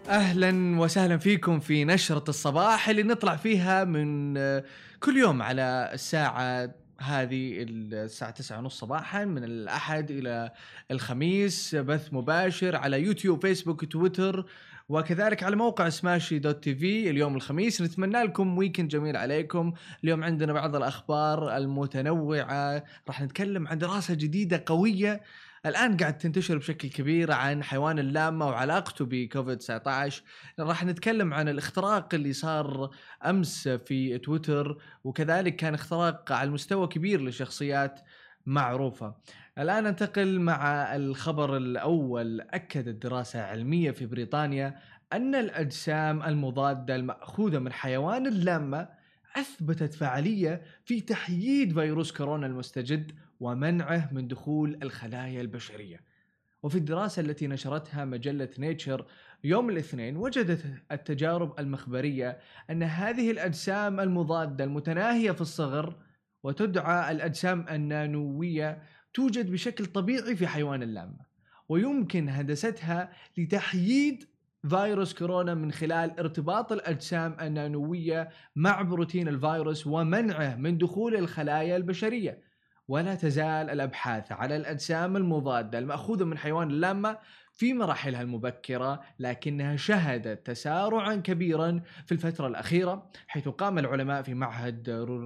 أهلا وسهلا فيكم في نشرة الصباح اللي نطلع فيها من كل يوم على الساعة هذه الساعة 9:30 صباحا من الأحد إلى الخميس، بث مباشر على يوتيوب فيسبوك تويتر وكذلك على موقع سماشي دوت تي في. اليوم الخميس نتمنى لكم ويكند جميل عليكم. اليوم عندنا بعض الأخبار المتنوعة، راح نتكلم عن دراسة جديدة قوية الآن قاعد تنتشر بشكل كبير عن حيوان اللامة وعلاقته بكوفيد 19. راح نتكلم عن الاختراق اللي صار أمس في تويتر، وكذلك كان اختراق على المستوى كبير لشخصيات معروفة. الآن ننتقل مع الخبر الأول. أكدت دراسة علمية في بريطانيا أن الأجسام المضادة المأخوذة من حيوان اللامة أثبتت فعالية في تحييد فيروس كورونا المستجد ومنعه من دخول الخلايا البشرية. وفي الدراسة التي نشرتها مجلة نيتشر يوم الاثنين، وجدت التجارب المخبرية أن هذه الأجسام المضادة المتناهية في الصغر وتدعى الأجسام النانوية توجد بشكل طبيعي في حيوان اللامة، ويمكن هندستها لتحييد فيروس كورونا من خلال ارتباط الأجسام النانوية مع بروتين الفيروس ومنعه من دخول الخلايا البشرية. ولا تزال الأبحاث على الأجسام المضادة المأخوذة من حيوان اللامة في مراحلها المبكرة، لكنها شهدت تسارعا كبيرا في الفترة الأخيرة، حيث قام العلماء في معهد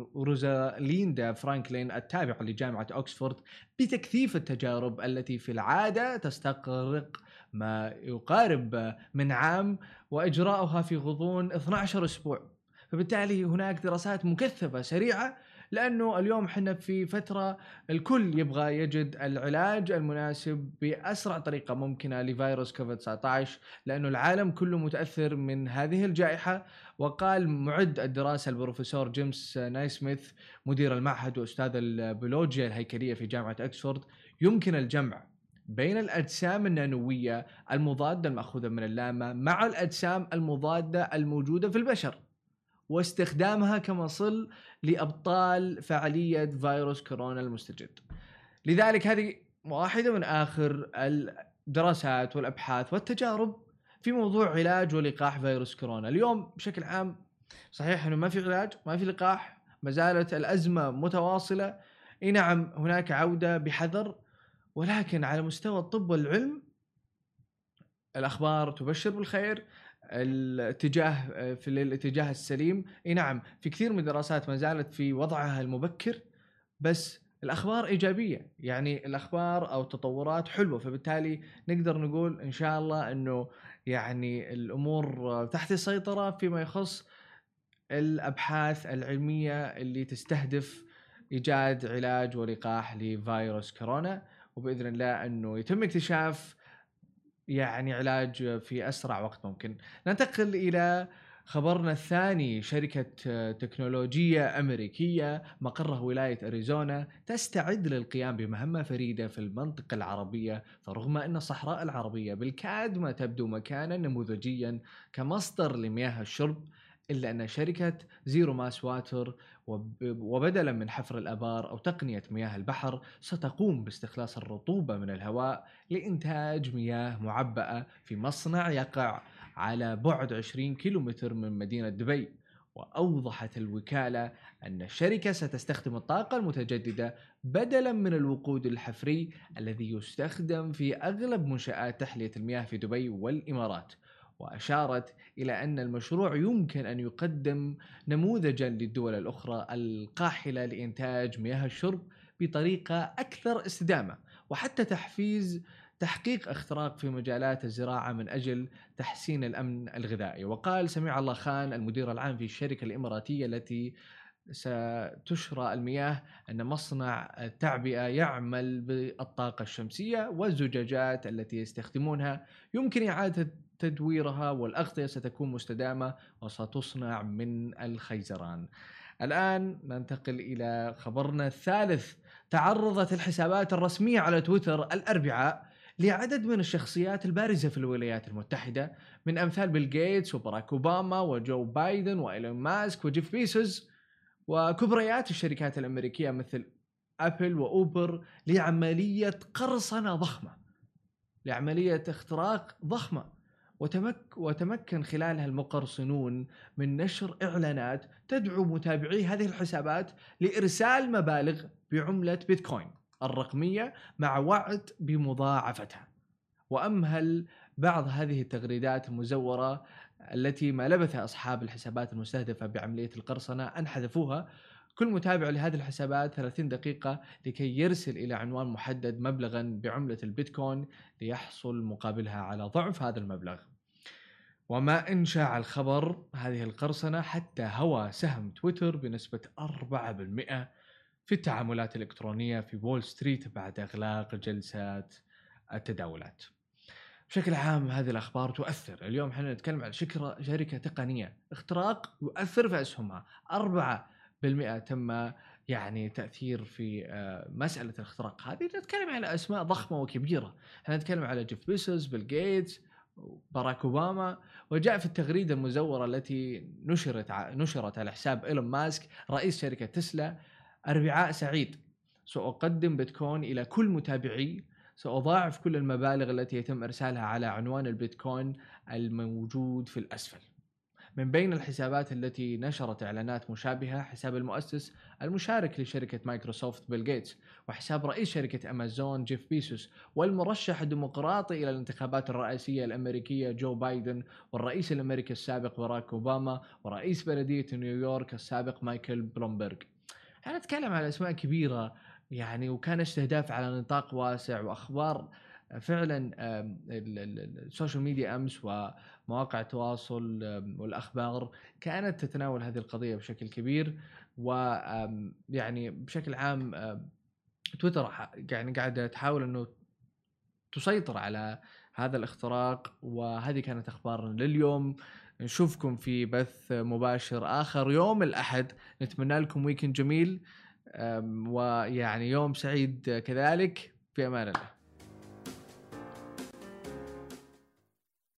روزاليندا فرانكلين التابع لجامعة أكسفورد بتكثيف التجارب التي في العادة تستغرق ما يقارب من عام، وإجراؤها في غضون 12 أسبوع. فبالتالي هناك دراسات مكثفة سريعة، لأنه اليوم حنا في فترة الكل يبغى يجد العلاج المناسب بأسرع طريقة ممكنة لفيروس كوفيد 19، لأنه العالم كله متأثر من هذه الجائحة. وقال معد الدراسة البروفيسور جيمس نايسميث مدير المعهد وأستاذ البيولوجيا الهيكلية في جامعة أكسفورد: يمكن الجمع بين الأجسام النانوية المضادة المأخوذة من اللامة مع الأجسام المضادة الموجودة في البشر، واستخدامها كمصل لأبطال فعالية فيروس كورونا المستجد. لذلك هذه واحدة من آخر الدراسات والأبحاث والتجارب في موضوع علاج ولقاح فيروس كورونا. اليوم بشكل عام صحيح أنه ما في علاج، ما في لقاح، ما زالت الأزمة متواصلة. إي نعم هناك عودة بحذر، ولكن على مستوى الطب والعلم الأخبار تبشر بالخير. الاتجاه في الاتجاه السليم. اي نعم في كثير من الدراسات ما زالت في وضعها المبكر، بس الأخبار إيجابية، يعني الأخبار أو التطورات حلوة. فبالتالي نقدر نقول إن شاء الله أنه يعني الأمور تحت السيطرة فيما يخص الأبحاث العلمية اللي تستهدف إيجاد علاج ولقاح لفيروس كورونا، وبإذن الله أنه يتم اكتشاف يعني علاج في أسرع وقت ممكن. ننتقل إلى خبرنا الثاني. شركة تكنولوجية أمريكية مقرها ولاية أريزونا تستعد للقيام بمهمة فريدة في المنطقة العربية. فرغم أن الصحراء العربية بالكاد ما تبدو مكانا نموذجيا كمصدر لمياه الشرب، إلا أن شركة زيرو ماس واتر وبدلا من حفر الآبار أو تقنية مياه البحر ستقوم باستخلاص الرطوبة من الهواء لإنتاج مياه معبأة في مصنع يقع على بعد 20 كيلومتر من مدينة دبي. وأوضحت الوكالة أن الشركة ستستخدم الطاقة المتجددة بدلا من الوقود الحفري الذي يستخدم في أغلب منشآت تحلية المياه في دبي والإمارات. وأشارت إلى أن المشروع يمكن أن يقدم نموذجا للدول الأخرى القاحلة لإنتاج مياه الشرب بطريقة أكثر استدامة، وحتى تحقيق اختراق في مجالات الزراعة من أجل تحسين الأمن الغذائي. وقال سميع الله خان المدير العام في الشركة الإماراتية التي ستشرى المياه أن مصنع التعبئة يعمل بالطاقة الشمسية، والزجاجات التي يستخدمونها يمكن إعادة تدويرها، والأغطية ستكون مستدامة وستصنع من الخيزران. الآن ننتقل إلى خبرنا الثالث. تعرضت الحسابات الرسمية على تويتر الأربعاء لعدد من الشخصيات البارزة في الولايات المتحدة، من أمثال بيل غيتس وباراك أوباما وجو بايدن وإيلون ماسك وجيف بيسوس، وكبريات الشركات الأمريكية مثل أبل وأوبر، لعملية قرصنة ضخمة، لعملية اختراق ضخمة. وتمكن خلالها المقرصنون من نشر إعلانات تدعو متابعي هذه الحسابات لإرسال مبالغ بعملة بيتكوين الرقمية مع وعد بمضاعفتها. وأمهل بعض هذه التغريدات المزورة التي ما لبث أصحاب الحسابات المستهدفة بعملية القرصنة أن حذفوها. كل متابع لهذه الحسابات 30 دقيقة لكي يرسل إلى عنوان محدد مبلغا بعملة البيتكوين ليحصل مقابلها على ضعف هذا المبلغ. وما إن شاع الخبر هذه القرصنة حتى هوى سهم تويتر بنسبة 4% في التعاملات الإلكترونية في وول ستريت بعد إغلاق جلسات التداولات. بشكل عام هذه الأخبار تؤثر. اليوم احنا نتكلم عن شركة تقنية اختراق يؤثر في أسهمها. 4% تم يعني تأثير في مسألة الاختراق هذه. نتكلم على أسماء ضخمة وكبيرة. احنا نتكلم على جيف بيسوس، بيل جيتس، باراك أوباما. وجاء في التغريدة المزورة التي نشرت على حساب إيلون ماسك رئيس شركة تسلا: أربعاء سعيد، سأقدم بيتكوين إلى كل متابعي، سأضاعف كل المبالغ التي يتم إرسالها على عنوان البيتكوين الموجود في الأسفل. من بين الحسابات التي نشرت إعلانات مشابهة حساب المؤسس المشارك لشركة مايكروسوفت بيل جيتس، وحساب رئيس شركة أمازون جيف بيسوس، والمرشح الديمقراطي إلى الانتخابات الرئاسية الأمريكية جو بايدن، والرئيس الأمريكي السابق باراك أوباما، ورئيس بلدية نيويورك السابق مايكل بلومبرغ. نتكلم على أسماء كبيرة يعني، وكان استهداف على نطاق واسع، وأخبار فعلا السوشيال ميديا أمس ومواقع التواصل والأخبار كانت تتناول هذه القضية بشكل كبير. ويعني بشكل عام تويتر يعني قاعدة تحاول أنه تسيطر على هذا الاختراق. وهذه كانت أخبارنا لليوم. نشوفكم في بث مباشر آخر يوم الأحد. نتمنى لكم ويكند جميل ويعني يوم سعيد كذلك. في أمان الله.